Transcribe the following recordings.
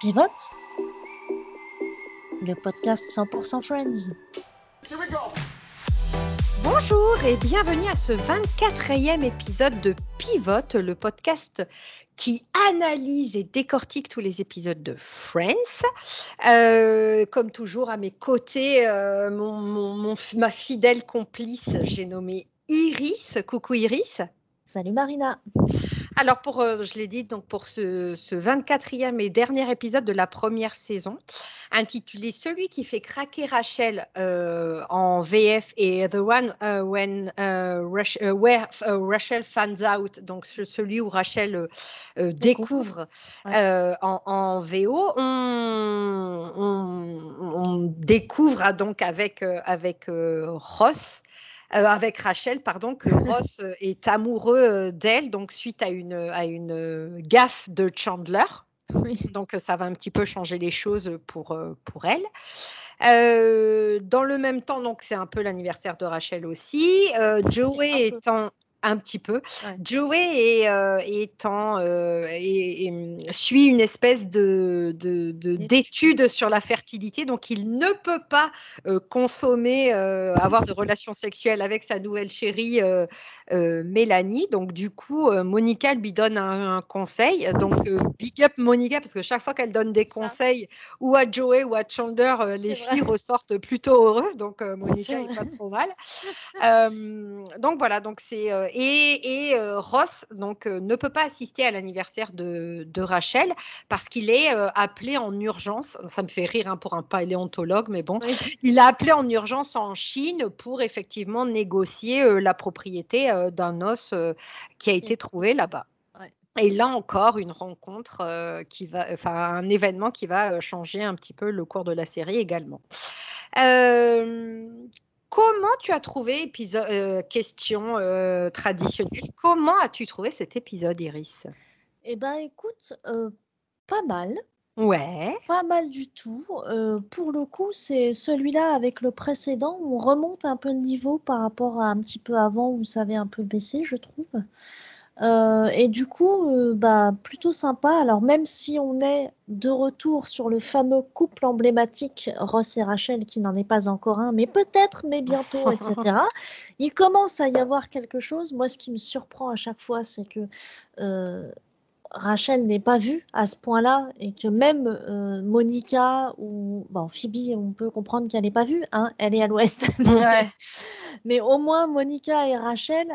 Pivote, le podcast 100% Friends. Bonjour et bienvenue à ce 24e épisode de Pivote, le podcast qui analyse et décortique tous les épisodes de Friends. Comme toujours, à mes côtés, ma fidèle complice, j'ai nommé Iris. Coucou Iris. Salut Marina. Alors, je l'ai dit, donc pour ce 24e et dernier épisode de la première saison, intitulé Celui qui fait craquer Rachel en VF et The One where Rachel finds out, donc celui où Rachel découvre Ouais. en VO. On découvre donc avec Ross. Avec Rachel, pardon, que Ross est amoureux d'elle, donc suite à une gaffe de Chandler. Oui. Donc ça va un petit peu changer les choses pour elle. Dans le même temps, donc c'est un peu l'anniversaire de Rachel aussi. Joey étant un petit peu. Ouais. Joey suit une espèce d'étude sur la fertilité, donc il ne peut pas avoir de relations sexuelles avec sa nouvelle chérie Mélanie. Donc du coup, Monica lui donne un conseil. Donc big up Monica, parce que chaque fois qu'elle donne des conseils ou à Joey ou à Chandler, les filles ressortent plutôt heureuses. Donc Monica est pas trop mal. Donc voilà, donc c'est Ross donc ne peut pas assister à l'anniversaire de Rachel parce qu'il est appelé en urgence. Ça me fait rire pour un paléontologue, mais bon, il a appelé en urgence en Chine pour effectivement négocier la propriété d'un os qui a été trouvé là-bas. Et là encore, une rencontre un événement qui va changer un petit peu le cours de la série également. Comment tu as trouvé question traditionnelle, comment as-tu trouvé cet épisode, Iris? Eh ben écoute, pas mal. Ouais. Pas mal du tout. Pour le coup, c'est celui-là avec le précédent où on remonte un peu le niveau par rapport à un petit peu avant où ça avait un peu baissé, je trouve. Et du coup, plutôt sympa. Alors même si on est de retour sur le fameux couple emblématique Ross et Rachel, qui n'en est pas encore un, mais peut-être, mais bientôt, etc. Il commence à y avoir quelque chose. Moi, ce qui me surprend à chaque fois, c'est que Rachel n'est pas vue à ce point-là et que même Monica ou Phoebe, on peut comprendre qu'elle n'est pas vue, hein, elle est à l'ouest. Mais au moins Monica et Rachel,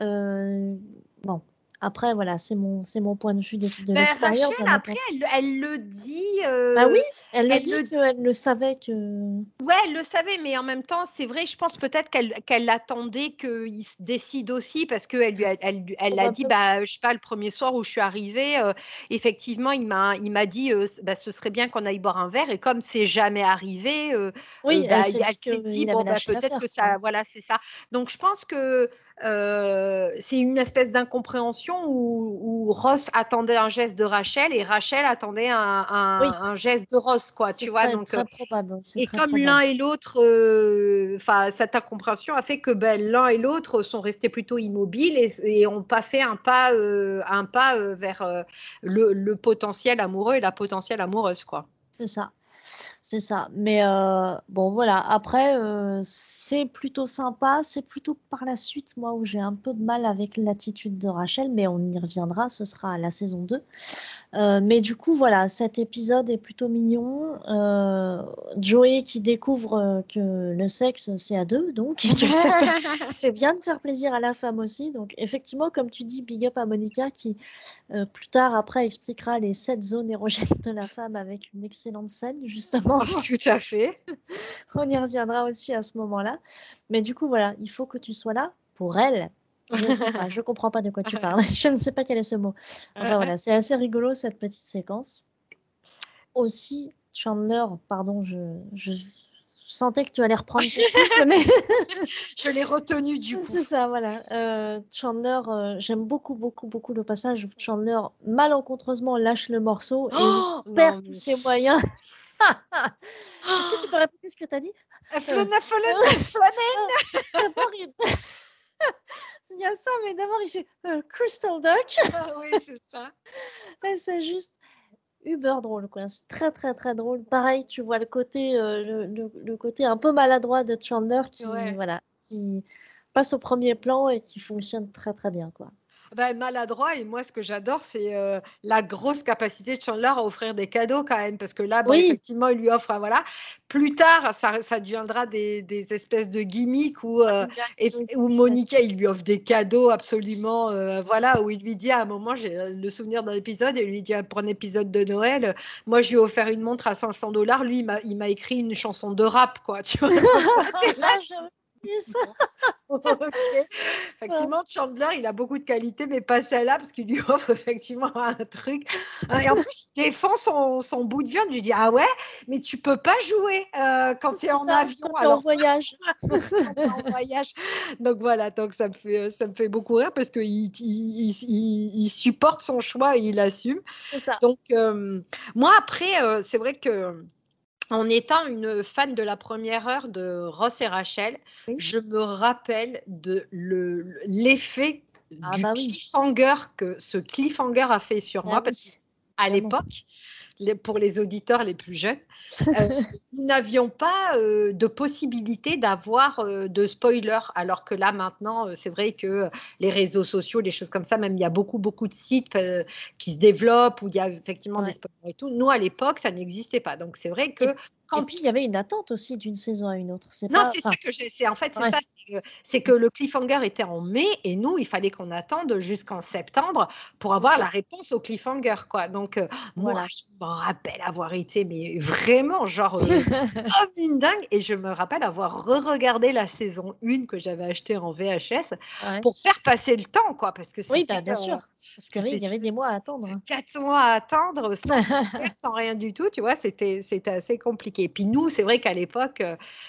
après voilà, c'est mon point de vue de l'extérieur. Rachel, après, elle le dit. Bah oui, elle le elle dit le qu'elle le savait que. Ouais, elle le savait, mais en même temps, c'est vrai, je pense peut-être qu'elle attendait qu'il se décide aussi parce qu'elle a dit, je sais pas, le premier soir où je suis arrivée, effectivement, il m'a dit, ce serait bien qu'on aille boire un verre et comme c'est jamais arrivé, Oui, elle s'est elle dit s'est dit: qu'il «Bon, avait lâché peut-être l'affaire, que quoi. ça» voilà, c'est ça. Donc je pense que, c'est une espèce d'incompréhension où Ross attendait un geste de Rachel et Rachel attendait Oui, un geste de Ross, quoi, tu vois? Donc très probable. C'est et très comme probable. l'un et l'autre, cette incompréhension a fait que l'un et l'autre sont restés plutôt immobiles et ont pas fait un pas vers le potentiel amoureux et la potentielle amoureuse, quoi. C'est ça. C'est ça. Mais bon, voilà. Après, c'est plutôt sympa. C'est plutôt par la suite, moi, où j'ai un peu de mal avec l'attitude de Rachel, mais on y reviendra. Ce sera à la saison 2. Mais du coup, voilà, cet épisode est plutôt mignon. Joey qui découvre que le sexe, c'est à deux, donc, et que c'est bien de faire plaisir à la femme aussi. Donc, effectivement, comme tu dis, big up à Monica qui, plus tard, après, expliquera les 7 zones érogènes de la femme avec une excellente scène, justement. Tout à fait. On y reviendra aussi à ce moment-là. Mais du coup, voilà, il faut que tu sois là pour elle. Je ne sais pas, je comprends pas de quoi tu parles. Je ne sais pas quel est ce mot. Enfin voilà, c'est assez rigolo cette petite séquence. Aussi, Chandler, pardon, je sentais que tu allais reprendre ton souffle, mais Je l'ai retenu du coup. c'est ça, voilà. Chandler, j'aime beaucoup, beaucoup, beaucoup le passage où Chandler malencontreusement lâche le morceau et perd tous ses moyens. Est-ce que tu peux répéter ce que tu as dit? D'abord, il y a ça, mais d'abord, il fait Crystal Duck. Oui, c'est ça. Et c'est juste uber drôle, quoi. C'est très, très, très drôle. Pareil, tu vois le côté, le côté un peu maladroit de Chandler qui, Ouais. voilà, qui passe au premier plan et qui fonctionne très, très bien, quoi. Bah, maladroit et moi ce que j'adore c'est, la grosse capacité de Chandler à offrir des cadeaux quand même parce que là, bon Oui, effectivement il lui offre, voilà. Plus tard ça deviendra des espèces de gimmicks où, running gag, oui, où tout à fait. Monica il lui offre des cadeaux absolument, voilà, où il lui dit à un moment, j'ai, le souvenir d'un épisode, il lui dit, pour un épisode de Noël, moi je lui ai offert une montre à 500 lui il m'a écrit une chanson de rap quoi, tu vois? Donc là tu là, J'avais oublié ça. OK. Ouais, Effectivement, Chandler, il a beaucoup de qualités, mais pas celle-là, parce qu'il lui offre effectivement un truc. Et en plus, il défend son bout de viande. Je lui dis: «Ah ouais? Mais tu peux pas jouer, quand tu es c'est en ça, avion, quand tu es en alors voyage. quand tu es en voyage». Donc voilà, donc ça me fait beaucoup rire parce qu'il supporte son choix et il assume. C'est ça. Donc moi après, c'est vrai que en étant une fan de la première heure de Ross et Rachel, Oui. je me rappelle de l'effet Ah du bah oui. cliffhanger que ce cliffhanger a fait sur Ah moi parce oui, qu'à évidemment. l'époque, pour les auditeurs les plus jeunes, heu, nous n'avions pas, de possibilité d'avoir, de spoilers. Alors que là maintenant, c'est vrai que, les réseaux sociaux, les choses comme ça, même il y a beaucoup, beaucoup de sites, qui se développent où il y a effectivement des Ouais. spoilers et tout. Nous, à l'époque, ça n'existait pas. Donc c'est vrai Et que et quand puis il y avait une attente aussi d'une saison à une autre. C'est non, pas c'est ça enfin, que j'ai c'est en fait, c'est ouais. ça, c'est que le cliffhanger était en mai et nous, il fallait qu'on attende jusqu'en septembre pour C'est avoir la ça, réponse au cliffhanger, quoi. Donc moi, voilà. je me rappelle avoir été mais vraiment genre, comme une dingue et je me rappelle avoir re-regardé la saison 1 que j'avais achetée en VHS Ouais. pour faire passer le temps, quoi, parce que Oui, c'était, bah, bien sûr. Parce que oui, c'était il y avait des mois à attendre, hein. 4 mois à attendre, sans spoiler, sans rien du tout, tu vois? C'était assez compliqué. Et puis nous, c'est vrai qu'à l'époque,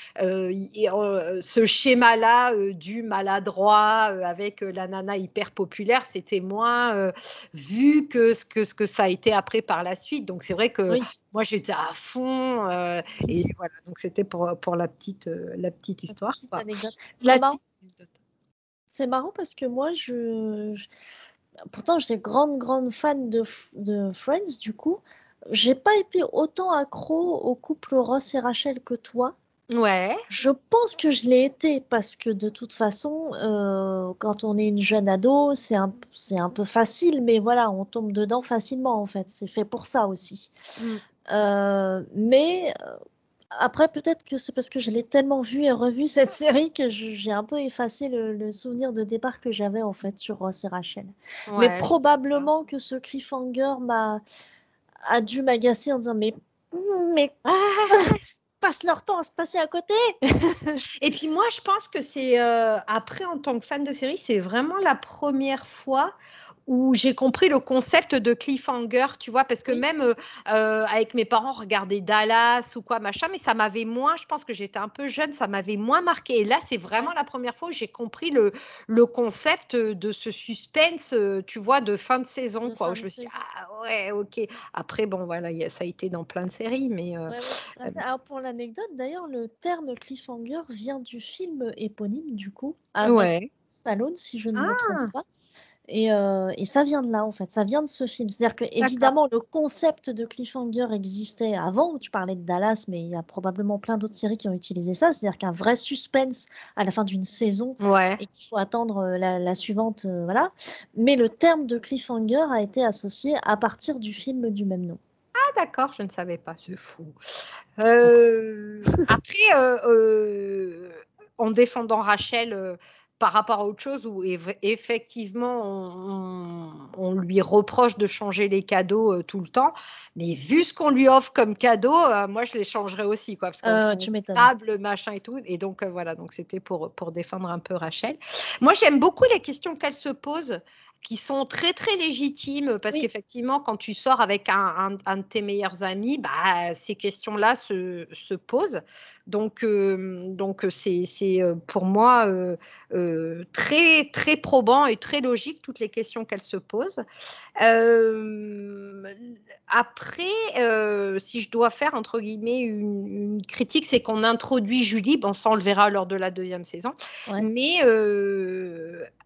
ce schéma-là, du maladroit, avec, la nana hyper populaire, c'était moins, vu que ce que ça a été après par la suite. Donc c'est vrai que Oui, moi j'étais à fond, et voilà, donc c'était pour la petite la histoire, petite quoi. anecdote. La C'est marrant parce que moi je pourtant j'étais grande, grande fan de Friends du coup. J'ai pas été autant accro au couple Ross et Rachel que toi. Ouais, Je pense que je l'ai été parce que de toute façon, quand on est une jeune ado, c'est un peu facile, mais voilà, on tombe dedans facilement en fait. C'est fait pour ça aussi. mmh, Mais après peut-être que c'est parce que je l'ai tellement vue et revue cette série que je j'ai un peu effacé le souvenir de départ que j'avais en fait sur Ross et Rachel. Mais ouais, je sais pas. probablement que ce cliffhanger a dû m'agacer en disant: «Mais passent leur temps à se passer à côté!» Et puis moi, je pense que c'est, après en tant que fan de série, c'est vraiment la première fois où j'ai compris le concept de cliffhanger, tu vois? Parce que Oui, même, avec mes parents, on regardait Dallas ou quoi machin, mais ça m'avait moins je pense que j'étais un peu jeune, ça m'avait moins marqué et là, c'est vraiment ouais, la première fois où j'ai compris le concept, de ce suspense, tu vois, de fin de saison de quoi, où fin je de me suis dit: saison. «Ah ouais, OK». Après bon voilà, ça a été dans plein de séries, mais Ouais, ouais, tout à hem, fait. Alors pour l'anecdote, d'ailleurs, le terme cliffhanger vient du film éponyme, du coup, avec ouais. Stallone, si je ne me trompe Ah! pas. Et ça vient de là, en fait, ça vient de ce film. C'est-à-dire que D'accord. évidemment le concept de cliffhanger existait avant. Tu parlais de Dallas, mais il y a probablement plein d'autres séries qui ont utilisé ça. C'est-à-dire qu'un vrai suspense à la fin d'une saison Ouais. et qu'il faut attendre, la suivante, voilà. Mais le terme de cliffhanger a été associé à partir du film du même nom. Ah d'accord, je ne savais pas, c'est fou. Incroyable. Après, en défendant Rachel, par rapport à autre chose où effectivement on lui reproche de changer les cadeaux, tout le temps, mais vu ce qu'on lui offre comme cadeau, moi je les changerais aussi quoi, parce qu'entre Tu m'étonnes. Scrabble, machin et tout et donc voilà, donc c'était pour défendre un peu Rachel. Moi j'aime beaucoup les questions qu'elle se pose, qui sont très, très légitimes, parce Oui. qu'effectivement quand tu sors avec un de tes meilleurs amis, bah, ces questions-là se posent. Donc c'est, pour moi, très, très probant et très logique toutes les questions qu'elle se pose. Hem, après, si je dois faire entre guillemets une critique, c'est qu'on introduit Julie, bon ça on le verra lors de la deuxième saison, Ouais. mais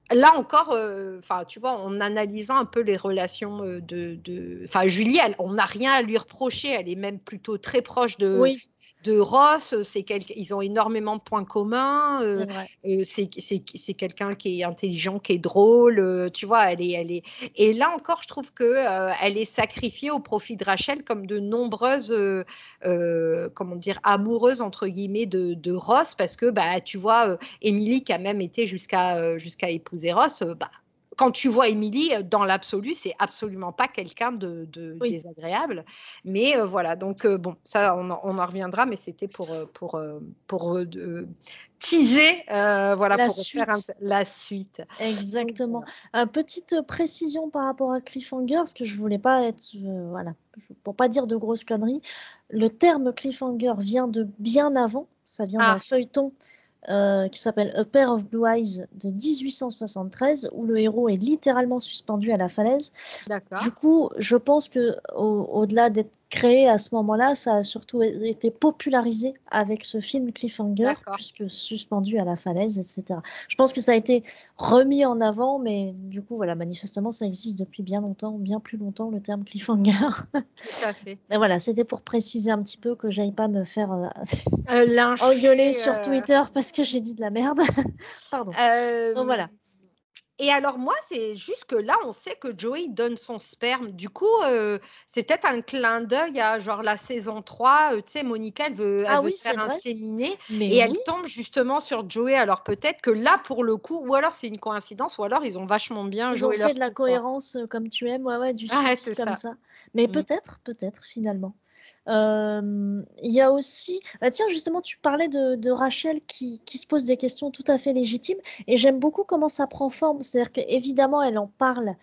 Là encore, enfin, tu vois, en analysant un peu les relations, enfin, Julie, on n'a rien à lui reprocher. Elle est même plutôt très proche Oui, de Ross. Ils ont énormément de points communs. c'est vrai. C'est quelqu'un qui est intelligent, qui est drôle. Tu vois, et là encore, je trouve que elle est sacrifiée au profit de Rachel, comme de nombreuses, comment dire, amoureuses entre guillemets de Ross, parce que bah, tu vois, Émilie qui a même été jusqu'à épouser Ross, bah, quand tu vois Émilie, dans l'absolu, c'est absolument pas quelqu'un de Oui, désagréable. Mais voilà, donc bon, ça, on en reviendra, mais c'était pour teaser, voilà, la pour faire suite. la suite. Donc Exactement. voilà. Petite précision par rapport à cliffhanger, parce que je voulais pas être, voilà, pour pas dire de grosses conneries. Le terme cliffhanger vient de bien avant. Ça vient d'un Ah, feuilleton qui s'appelle A Pair of Blue Eyes de 1873, où le héros est littéralement suspendu à la falaise. Du d'accord, coup, je pense que au-delà d'être créé à ce moment-là, ça a surtout été popularisé avec ce film Cliffhanger, d'accord. puisque suspendu à la falaise, etc. Je pense que ça a été remis en avant, mais du coup, voilà, manifestement, ça existe depuis bien longtemps, bien plus longtemps, le terme Cliffhanger. Tout à fait. Et voilà, c'était pour préciser un petit peu que j'aille pas me faire engueuler Lyncher, sur Twitter parce que j'ai dit de la merde. Pardon. Donc hem voilà. Et alors moi, c'est juste que là, on sait que Joey donne son sperme. Du coup, c'est peut-être un clin d'œil à genre la saison 3. Tu sais, Monica, elle Ah veut oui, se c'est faire vrai. inséminer Mais et elle oui, tombe justement sur Joey. Alors peut-être que là, pour le coup, ou alors c'est une coïncidence, ou alors ils ont vachement bien ils ont joué fait leur de la coup, quoi. cohérence comme tu aimes, ouais, ouais, du Ouais, suivi c'est comme ça. ça. Mais Mmh. peut-être, finalement. Il y a aussi, bah tiens, justement, tu parlais de Rachel qui se pose des questions tout à fait légitimes, et j'aime beaucoup comment ça prend forme. C'est-à-dire qu'évidemment, elle en parle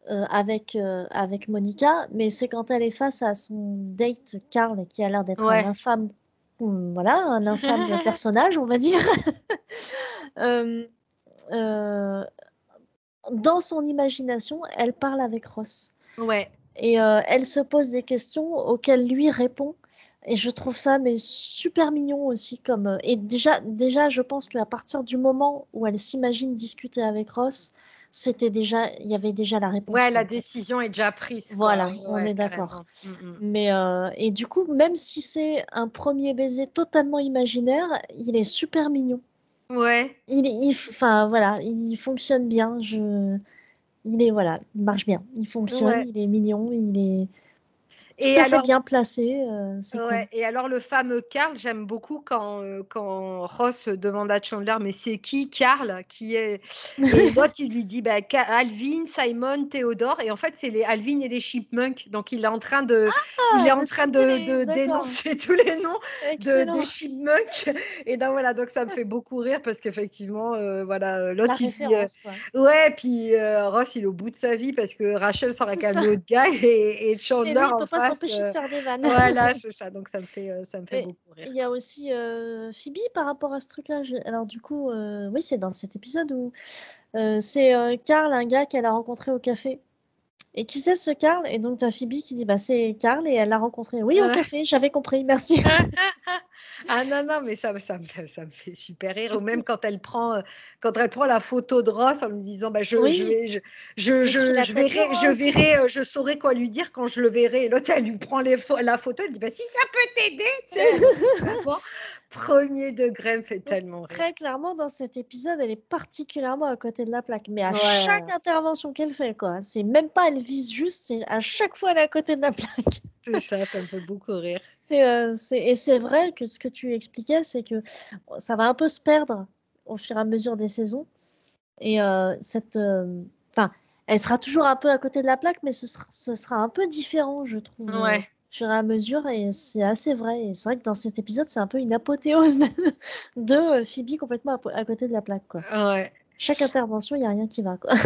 avec Monica, mais c'est quand elle est face à son date Carl, qui a l'air d'être un Ouais. infâme, voilà, un infâme personnage, on va dire. Euh, euh, Dans son imagination, elle parle avec Ross. Ouais. Et elle se pose des questions auxquelles lui répond. Et je trouve ça mais super mignon aussi comme et déjà je pense qu'à partir du moment où elle s'imagine discuter avec Ross, il y avait déjà la réponse Ouais, quoi la en fait. décision est déjà prise, quoi. Voilà, Ouais, on ouais, est d'accord. carrément. Mmh mh. Mais et du coup, même si c'est un premier baiser totalement imaginaire, il est super mignon. Ouais. Enfin voilà, il fonctionne bien. Voilà, il marche bien. Il fonctionne, Ouais. il est mignon, il est tout Et à fait alors bien placé, c'est cool. Ouais, et alors le fameux Karl, j'aime beaucoup quand Ross demande à Chandler: «Mais c'est qui Karl? Qui est?» Et l'autre il lui dit: «Bah, Alvin, Simon, Théodore», et en fait c'est les Alvin et les Chipmunks. Donc il Ah! est De en train citer les de d'accord, dénoncer tous les noms des excellent. Chipmunks. Et donc voilà, donc ça me fait beaucoup rire parce qu'effectivement, voilà, La l'autre il dit, référence, quoi. ouais, puis Ross il est au bout de sa vie parce que Rachel sort C'est avec un ça, autre gars, et et Chandler lui, il en peut pas face, s'empêcher de faire des vannes. voilà, c'est ça, donc ça me fait Et beaucoup rire, il y a quoi. aussi, Phoebe par rapport à ce truc-là. Alors du coup, oui, c'est dans cet épisode où, c'est, Carl, un gars qu'elle a rencontré au café. Et qui c'est ce Carl? Et donc tu Phoebe qui dit: «Bah, c'est Carl et elle l'a rencontré». «Oui, au café, j'avais compris, merci». Ah non, non, mais ça me fait super rire. Du Ou même coup quand elle prend la photo de Ross en lui disant: «Bah, je oui, vais je je suis je la je tête de verrai je Ross. verrai, je saurai quoi lui dire quand je le verrai», et l'autre elle lui prend la photo, elle dit: «Bah, si ça peut t'aider», tu sais? Alors que vraiment, 1er degré, elle me fait Donc tellement rire. très clairement, dans cet épisode, elle est particulièrement à côté de la plaque. Mais à chaque Ouais, intervention qu'elle fait, quoi. C'est même pas elle vise juste, c'est à chaque fois elle est à côté de la plaque. c'est ça me fait beaucoup rire. Et c'est vrai que ce que tu expliquais, c'est que ça va un peu se perdre au fur et à mesure des saisons. Et enfin, elle sera toujours un peu à côté de la plaque, mais ce sera un peu différent, je trouve, au Ouais, fur et à mesure. Et c'est assez vrai. Et c'est vrai que dans cet épisode, c'est un peu une apothéose de Phoebe complètement à côté de la plaque, quoi. ouais. Chaque intervention, il y a rien qui va, quoi.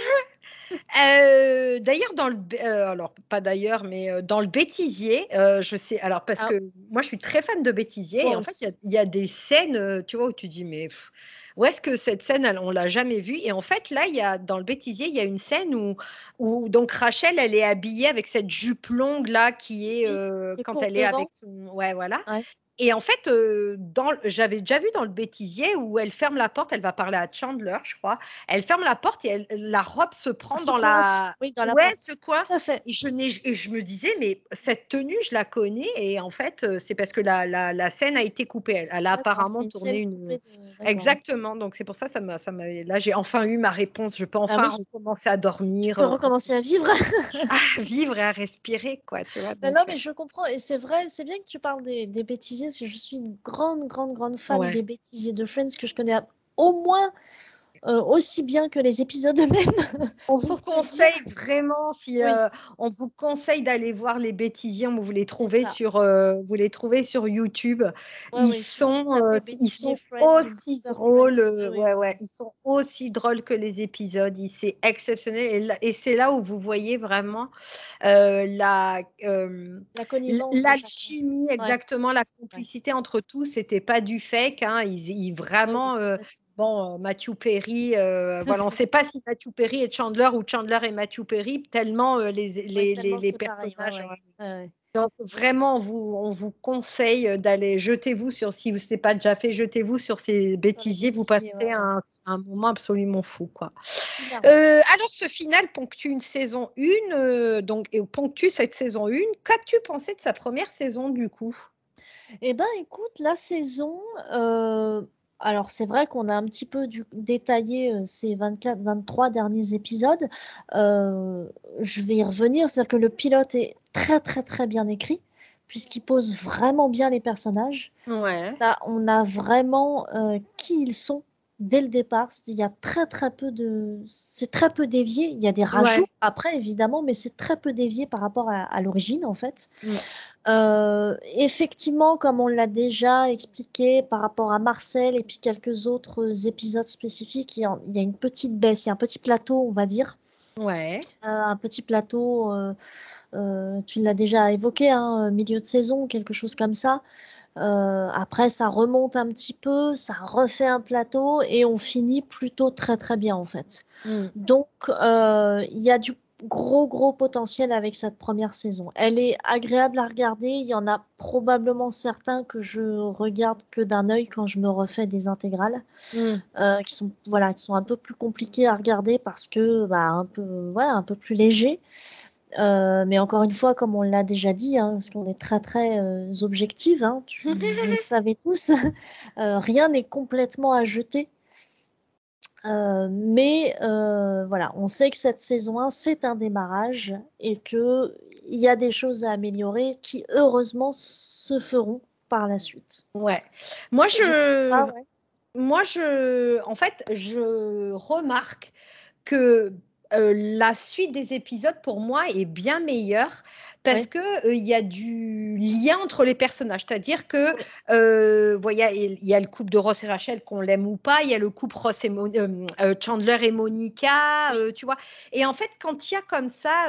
D'ailleurs alors pas d'ailleurs, mais dans le bêtisier, je sais, alors parce Ah, que moi je suis très fan de bêtisier, moi et en fait aussi. il y a des scènes, tu vois, où tu dis: «Mais où est-ce que cette scène on l'a jamais vue?» Et en fait là, il y a dans le bêtisier, il y a une scène où donc Rachel, elle est habillée avec cette jupe longue là qui est, Oui, les quand courbes elle est avec devant. son, ouais, voilà, Ouais. Et en fait, j'avais déjà vu dans le bêtisier où elle ferme la porte, elle va parler à Chandler, je crois. Elle ferme la porte et la robe se Ça prend se dans coince, la oui, dans la ouais, porte. se coince Tout à fait. et je me disais: «Mais cette tenue, je la connais» et en fait, c'est parce que la scène a été coupée. Elle a D'accord, c'est apparemment une tourné scène une coupée de d'accord, OK. exactement, donc c'est pour ça, ça m'a là, j'ai enfin eu ma réponse. Je peux Bah enfin oui, recommencer à tu dormir, peux recommencer à vivre. à vivre et à respirer, quoi, tu vois? Non, Donc non, mais je comprends et c'est vrai, c'est bien que tu parles des bêtisiers parce que je suis une grande, grande, grande fan ouais. des bêtisiers de Friends que je connais au moins, aussi bien que les épisodes eux-mêmes, On vous pour te dire. conseille vraiment si, Oui, on vous conseille d'aller voir les bêtisiers, c'est ça. vous les trouvez sur YouTube. Ouais, ouais, il suffit de taper Ils bêtisier sont Friends ou aussi Super drôles, Friends. Oui, oui, ouais, oui, ouais, oui. ils sont aussi drôles que les épisodes. C'est exceptionnel et c'est là où vous voyez vraiment, La connivence de chacun. l'alchimie Ouais, exactement, la ouais. complicité entre tous. C'était pas du fake, hein. Ils Oui, oui, vraiment, complètement. bon, Matthew Perry, voilà, on ne sait pas si Matthew Perry est Chandler ou Chandler est Matthew Perry, tellement, Ouais, tellement les c'est pareil. Ouais, personnages, ouais. Ouais, ouais. donc vraiment on vous conseille, d'aller jetez-vous sur si ce n'est pas déjà fait, jetez-vous sur ces Sur les bêtisiers, vous bêtisiers, ouais, passez ouais. un moment absolument fou, quoi. Hilarant. Alors ce final ponctue une saison 1, donc et ponctue cette saison 1. Qu'as-tu pensé de sa première saison, du coup? Eh ben, écoute, la saison, heu, alors c'est vrai qu'on a un petit peu détaillé, ces 24-23 derniers épisodes. Je vais y revenir, c'est-à-dire que le pilote est très, très, très bien écrit, puisqu'il pose vraiment bien les personnages. Ouais, On a vraiment, qui ils sont dès le départ. Il y a très, très peu c'est très peu dévié. Il y a des rajouts ouais, après évidemment, mais c'est très peu dévié par rapport à l'origine, en fait. mmh, Effectivement, comme on l'a déjà expliqué par rapport à Marcel et puis quelques autres épisodes spécifiques, il y a une petite baisse, il y a un petit plateau, on va dire, ouais, un petit plateau, tu l'as déjà évoqué, hein, milieu de saison, quelque chose comme ça. Après ça remonte un petit peu, ça refait un plateau et on finit plutôt très, très bien, en fait. mmh, Donc, il y a du gros, gros potentiel avec cette première saison. Elle est agréable à regarder. Il y en a probablement certains que je regarde que d'un œil quand je me refais des intégrales, mmh. qui sont, voilà, qui sont un peu plus compliqués à regarder parce que, bah, un peu, voilà, un peu plus légers. Mais encore une fois, comme on l'a déjà dit, hein, parce qu'on est très, très objective, hein, vous le savez tous, rien n'est complètement à jeter. Mais voilà, on sait que cette saison 1, c'est un démarrage et qu'il y a des choses à améliorer qui, heureusement, se feront par la suite. Ouais. Moi Du coup ah je ouais, En fait, je remarque que, la suite des épisodes pour moi est bien meilleure parce ouais, que, il y a du lien entre les personnages. C'est-à-dire que, ouais, bon, il y a le couple de Ross et Rachel, qu'on l'aime ou pas, il y a le couple Chandler et Monica, oui, tu vois? Et en fait, quand il y a comme ça,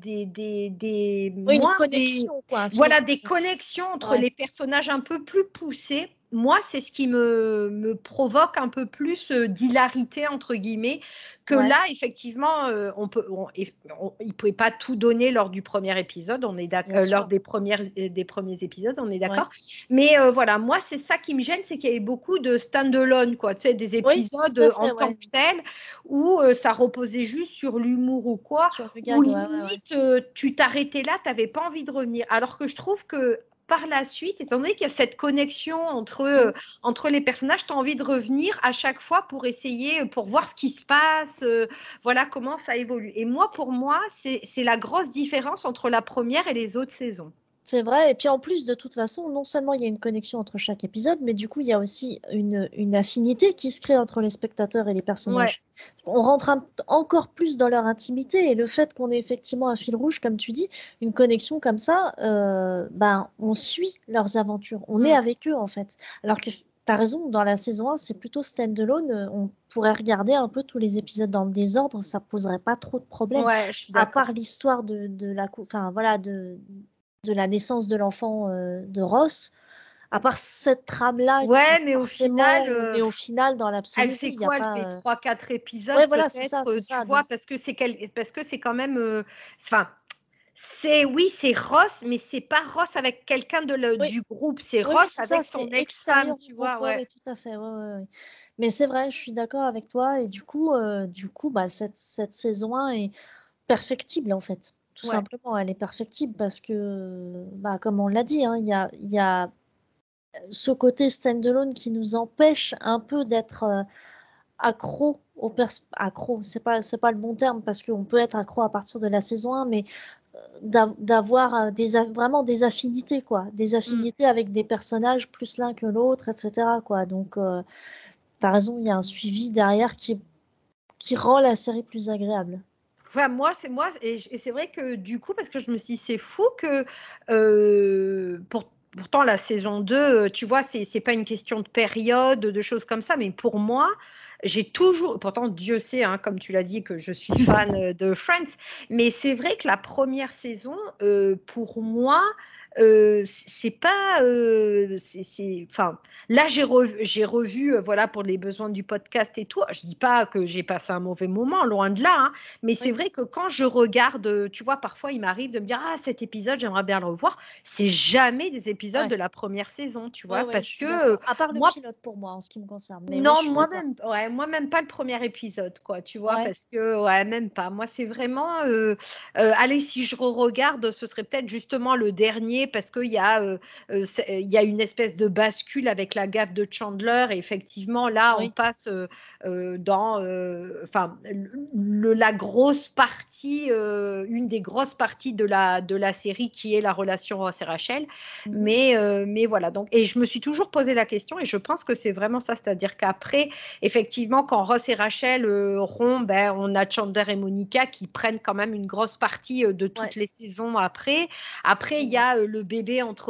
oui, une des connexion quoi, un fil voilà, rouge. des connexions entre Ouais, les personnages un peu plus poussées. Moi, c'est ce qui me provoque un peu plus, d'«hilarité» entre guillemets, que ouais, là, effectivement, on ils pouvaient pas tout donner lors du premier épisode, bien lors sûr, des premiers épisodes, on est ouais. d'accord. Mais, voilà, moi, c'est ça qui me gêne, c'est qu'il y avait beaucoup de stand-alone, quoi. Tu sais, des Oui, tout épisodes, à en fait, tant ouais, que tels où, ça reposait juste sur l'humour ou quoi, sur le ou gag, ouais, ouais, ouais. limite, tu t'arrêtais là, tu avais pas envie de revenir. Alors que je trouve que par la suite, étant donné qu'il y a cette connexion Mmh. entre les personnages, tu as envie de revenir à chaque fois pour essayer, pour voir ce qui se passe, voilà comment ça évolue. Et moi, pour moi, c'est la grosse différence entre la première et les autres saisons. C'est vrai et puis en plus de toute façon, non seulement il y a une connexion entre chaque épisode, mais du coup il y a aussi une affinité qui se crée entre les spectateurs et les Ouais, personnages. On rentre encore plus dans leur intimité et le fait qu'on ait effectivement un fil rouge, comme tu dis, une connexion comme ça, ben, on suit leurs aventures, on est mmh, avec eux en fait. Alors que tu as raison, dans la saison 1, c'est plutôt stand-alone, on pourrait regarder un peu tous les épisodes dans le désordre, ça poserait pas trop de problèmes. ouais, je suis À d'accord. part l'histoire de enfin voilà, de la naissance de l'enfant, de Ross. À part cette trame-là qui Ouais, mais au final, forcément mais au final, dans elle l'absolu, oui, fait il y a quoi? Elle pas, fait 3 4 épisodes ouais, voilà, peut-être, c'est tu ça, vois? donc Parce que c'est quand même, enfin Oui, c'est Ross, mais c'est pas Ross avec quelqu'un Oui, du groupe, c'est oui, oui, Ross c'est ça, avec c'est son ex-femme, extérieur du tu groupe. vois? Ouais, Ouais. ouais, tout à fait. Ouais, ouais, ouais. Mais c'est vrai, je suis d'accord avec toi. Et du coup, bah, cette saison 1 est perfectible, en fait. Tout Ouais. simplement, elle est perfectible parce que, bah, comme on l'a dit, hein, il y a ce côté stand-alone qui nous empêche un peu d'être accro, c'est pas le bon terme parce qu'on peut être accro à partir de la saison 1, mais d'avoir vraiment des affinités, quoi. Des Mmh. affinités avec des personnages plus l'un que l'autre, etc., quoi. Donc, tu as raison, il y a un suivi derrière qui rend la série plus agréable. Enfin, moi et c'est vrai que du coup, parce que je me suis dit: «C'est fou que, pourtant la saison 2, tu vois, c'est pas une question de période, de choses comme ça, mais pour moi, j'ai toujours pourtant Dieu sait, hein, comme tu l'as dit, que je suis fan, de Friends, mais c'est vrai que la première saison, pour moi, c'est pas, c'est enfin, là, j'ai revu, voilà, pour les besoins du podcast et tout. Je dis pas que j'ai passé un mauvais moment, loin de là, hein, mais c'est Oui, vrai que quand je regarde, tu vois, parfois il m'arrive de me dire: «Ah cet épisode, j'aimerais bien le revoir». C'est jamais des épisodes ouais, de la première saison, tu ouais, vois? ouais, je Parce suis que, d'accord. À part le moi pilote pour moi, en ce qui me concerne, mais oui, je non, suis d'accord. moi même pas le premier épisode quoi, tu vois? Ouais, Parce que ouais, même pas. Moi, c'est vraiment, allez, si je regarde, ce serait peut-être justement le dernier parce qu'il y a, il y a une espèce de bascule avec la gaffe de Chandler et effectivement là, on oui, passe, dans, enfin, la grosse partie, une des grosses parties de la série qui est la relation Ross et Rachel. mmh, Mais voilà donc et je me suis toujours posé la question et je pense que c'est vraiment ça. C'est-à-dire qu'après, effectivement, quand Ross et Rachel, rompent, ben, on a Chandler et Monica qui prennent quand même une grosse partie, de toutes ouais, les saisons après. Après, c'est il y vrai. a, le bébé entre,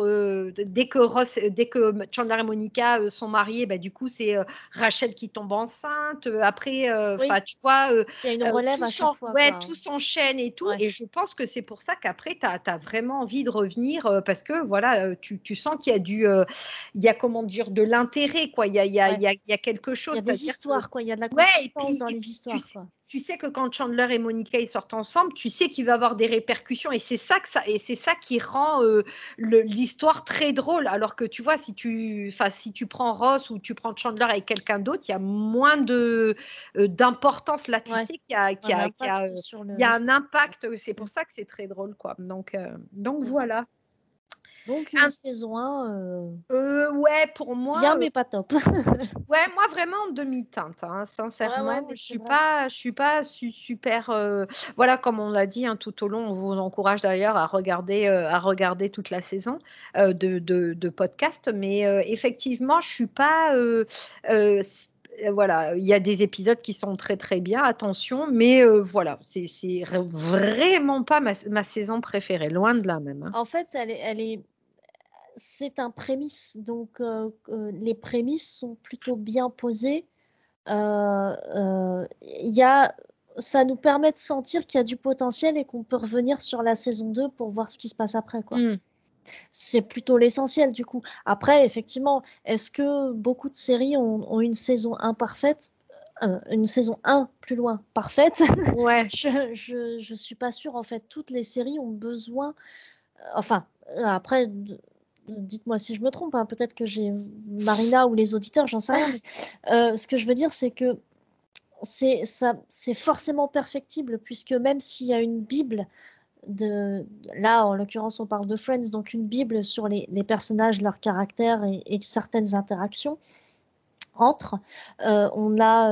dès que Chandler et Monica, sont mariés, bah, du coup, c'est, Rachel qui tombe enceinte, après, Oui, enfin, tu vois, il y a une relève à chaque fois, quoi. tout s'enchaîne et tout Ouais, et je pense que c'est pour ça qu'après tu as vraiment envie de revenir, parce que voilà, tu sens qu'il y a il y a comment dire? De l'intérêt quoi. ouais. Il y a quelque Il y chose, a des c'est-à-dire que histoires, quoi, il y a de la ouais consistance dans les tu histoires, sais quoi. que quand Chandler et Monica, ils sortent ensemble, tu sais qu'il va y avoir des répercussions et c'est ça qui rend, l'histoire très drôle. Alors que tu vois, si tu prends Ross ou tu prends Chandler avec quelqu'un d'autre, il y a moins d'importance. Là, tu Ouais, sais un impact sur il y a un l'histoire, quoi. impact, c'est Mmh, pour ça que c'est très drôle, quoi. Donc mmh. voilà. Donc une Un saison 1, Ouais, pour moi, bien mais pas top. ouais, moi vraiment en demi-teinte, hein, Ouais, ouais, sincèrement. mais c'est vrai, c'est Je suis pas super, voilà, comme on l'a dit, hein, tout au long, on vous encourage d'ailleurs à regarder toute la saison, de podcast. Mais, effectivement, je suis pas, voilà, il y a des épisodes qui sont très, très bien, attention, mais, voilà, c'est vraiment pas ma saison préférée, loin de là même, hein. en fait, elle est c'est un prémisse, donc les prémices sont plutôt bien posées. Il y a Ça nous permet de sentir qu'il y a du potentiel et qu'on peut revenir sur la saison 2 pour voir ce qui se passe après, quoi. Mmh. C'est plutôt l'essentiel, du coup. Après, effectivement, est-ce que beaucoup de séries ont une saison 1 parfaite? Une saison 1 plus loin, parfaite? Ouais. Je suis pas sûre, en fait. Toutes les séries ont besoin, enfin, après dites-moi si je me trompe, hein, peut-être que j'ai Marina ou les auditeurs, j'en sais rien, mais ce que je veux dire, c'est que c'est forcément perfectible puisque même s'il y a une bible de là, en l'occurrence, on parle de Friends, donc une bible sur les personnages, leur caractère et certaines interactions entre, on a,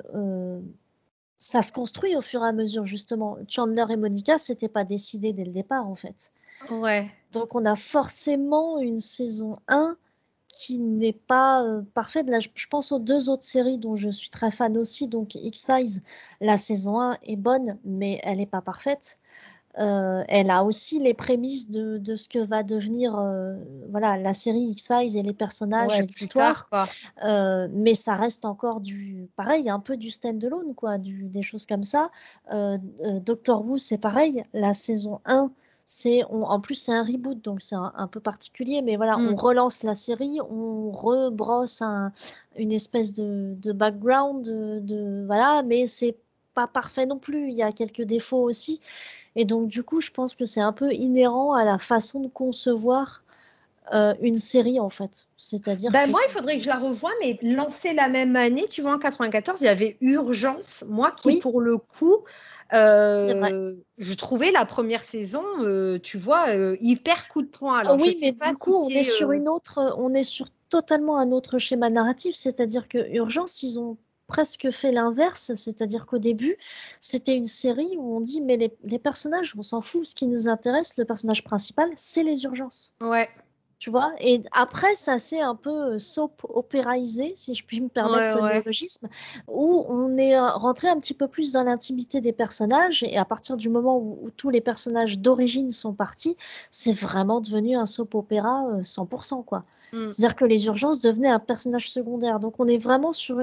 ça se construit au fur et à mesure justement. Chandler et Monica, c'était pas décidé dès le départ, en fait. Ouais. Donc on a forcément une saison 1 qui n'est pas, parfaite. Là, je pense aux 2 autres séries dont je suis très fan aussi, donc X-Files, la saison 1 est bonne, mais elle est pas parfaite. Elle a aussi les prémices de ce que va devenir, voilà, la série X-Files et les personnages Ouais, et plus tard, l'histoire, quoi. mais ça reste encore du pareil, un peu du stand-alone quoi, des choses comme ça. Doctor Who, c'est pareil, la saison 1, en plus, c'est un reboot, donc c'est un peu particulier, mais voilà, on Mmh. relance la série, on rebrosse une espèce de background, voilà, mais c'est pas parfait non plus. Il y a quelques défauts aussi et donc du coup, je pense que c'est un peu inhérent à la façon de concevoir, une série, en fait. C'est-à-dire Ben que moi, il faudrait que je la revoie, mais lancée la même année, tu vois, en 94, il y avait Urgence. Moi qui, oui, pour le coup, c'est vrai. je trouvais la première saison, tu vois, hyper coup de poing. Alors, je Oui, sais mais pas du si coup, c'est... on est sur totalement un autre schéma narratif, c'est-à-dire que Urgence, ils ont presque fait l'inverse, c'est-à-dire qu'au début, c'était une série où on dit, mais les personnages, on s'en fout, ce qui nous intéresse, le personnage principal, c'est les urgences. Ouais, Tu vois? Et après, ça s'est un peu soap opéraisé, si je puis me permettre ouais, ce ouais. néologisme, où on est rentré un petit peu plus dans l'intimité des personnages. Et à partir du moment où tous les personnages d'origine sont partis, c'est vraiment devenu un soap opéra 100%, quoi. Mm. C'est-à-dire que les urgences devenaient un personnage secondaire. Donc on est vraiment sur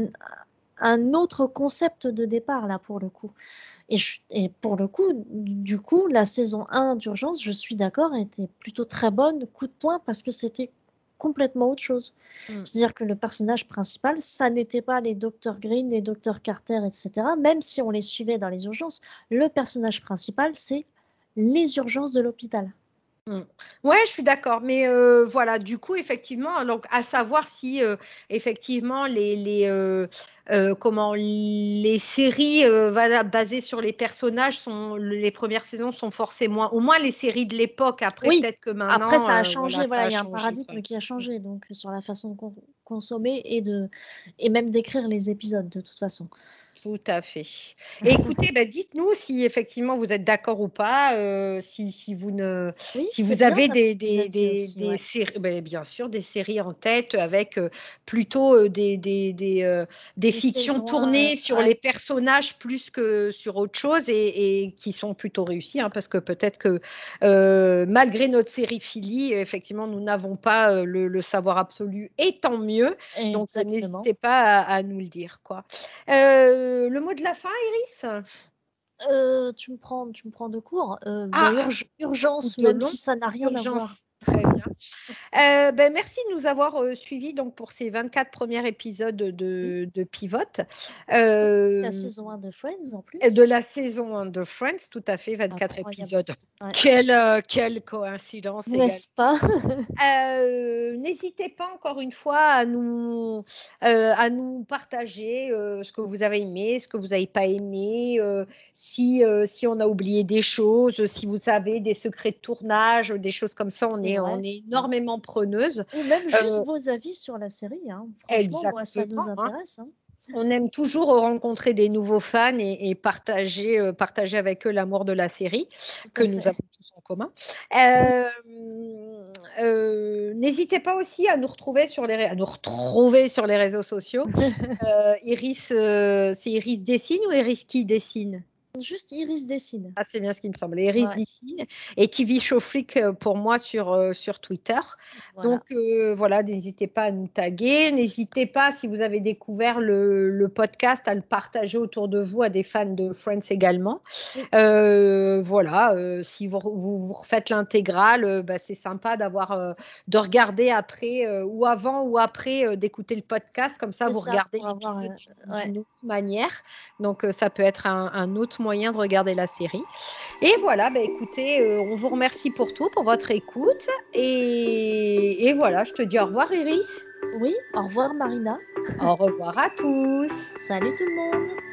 un autre concept de départ, là, pour le coup. Et pour le coup, du coup, la saison 1 d'Urgence, je suis d'accord, était plutôt très bonne, coup de poing, parce que c'était complètement autre chose. Mm. C'est-à-dire que le personnage principal, ça n'était pas les Dr Green, les Dr Carter, etc. Même si on les suivait dans les urgences, le personnage principal, c'est les urgences de l'hôpital. Mmh. Ouais, je suis d'accord, mais voilà, du coup, effectivement, donc à savoir si, effectivement comment les séries, voilà, basées sur les personnages sont les premières saisons sont forcées moins au moins les séries de l'époque. Après Oui, peut-être que après, maintenant, ça a voilà, changé, ça voilà, a il y a un changé, quoi. paradigme qui a Mmh. changé, donc sur la façon de consommer et même d'écrire les épisodes, de toute façon. Tout à fait. Et écoutez, bah, dites-nous si effectivement vous êtes d'accord ou pas, si vous ne Oui, si c'est vous bien avez d'avoir des des des avis des aussi, des ouais. séries beh, bien sûr, des séries en tête avec, plutôt, des Des fictions saisons tournées 1, sur les personnages plus que sur autre chose et qui sont plutôt réussies, hein, parce que peut-être que, malgré notre sériphilie, effectivement, nous n'avons pas, le savoir absolu et tant mieux. Donc, exactement. n'hésitez pas à nous le dire, quoi. Le mot de la fin, Iris? Tu me prends de court. Bah, Ah! Ou Urgence, de même long? si ça n'a rien à Urgence. voir. Très bien. Ben, merci de nous avoir, suivis donc pour ces 24 premiers épisodes Oui, de Pivot. la Hem saison 1 de Friends en Et de plus. la saison 1 de Friends, tout à fait, 24 Incroyable. épisodes. Ouais. Quelle coïncidence également. N'est-ce pas? N'hésitez pas encore une fois à nous partager, ce que vous avez aimé, ce que vous avez pas aimé, si on a oublié des choses, si vous savez des secrets de tournage, des choses comme ça, C'est on vrai, est ouais. énormément preneuses. Ou même juste Heu vos avis sur la série, hein. Franchement, moi, ça nous Exactement, hein. intéresse, hein. On aime toujours rencontrer des nouveaux fans et partager avec eux l'amour de la série Tout que à nous fait. avons tous en commun. N'hésitez pas aussi à nous retrouver sur les réseaux sociaux. Iris, c'est Iris dessine ou Iris qui dessine? Juste Iris dessine. Ah, c'est bien ce qui me semblait. Iris Ouais, dessine et TV Show Freak, pour moi sur Twitter. Donc voilà. voilà, n'hésitez pas à nous taguer. N'hésitez pas, si vous avez découvert le podcast, à le partager autour de vous à des fans de Friends également. Oui, Voilà, si vous refaites l'intégrale, bah, c'est sympa de regarder après, ou avant ou après, d'écouter le podcast. Comme ça, c'est vous ça, regardez pour avoir, l'épisode ouais. d'une autre manière. Donc ça peut être un autre moyen de regarder la série. Et voilà, bah, écoutez, on vous remercie pour tout, pour votre écoute et voilà, je te dis au revoir Iris. Oui, au revoir Marina. Au revoir à tous. Salut tout le monde.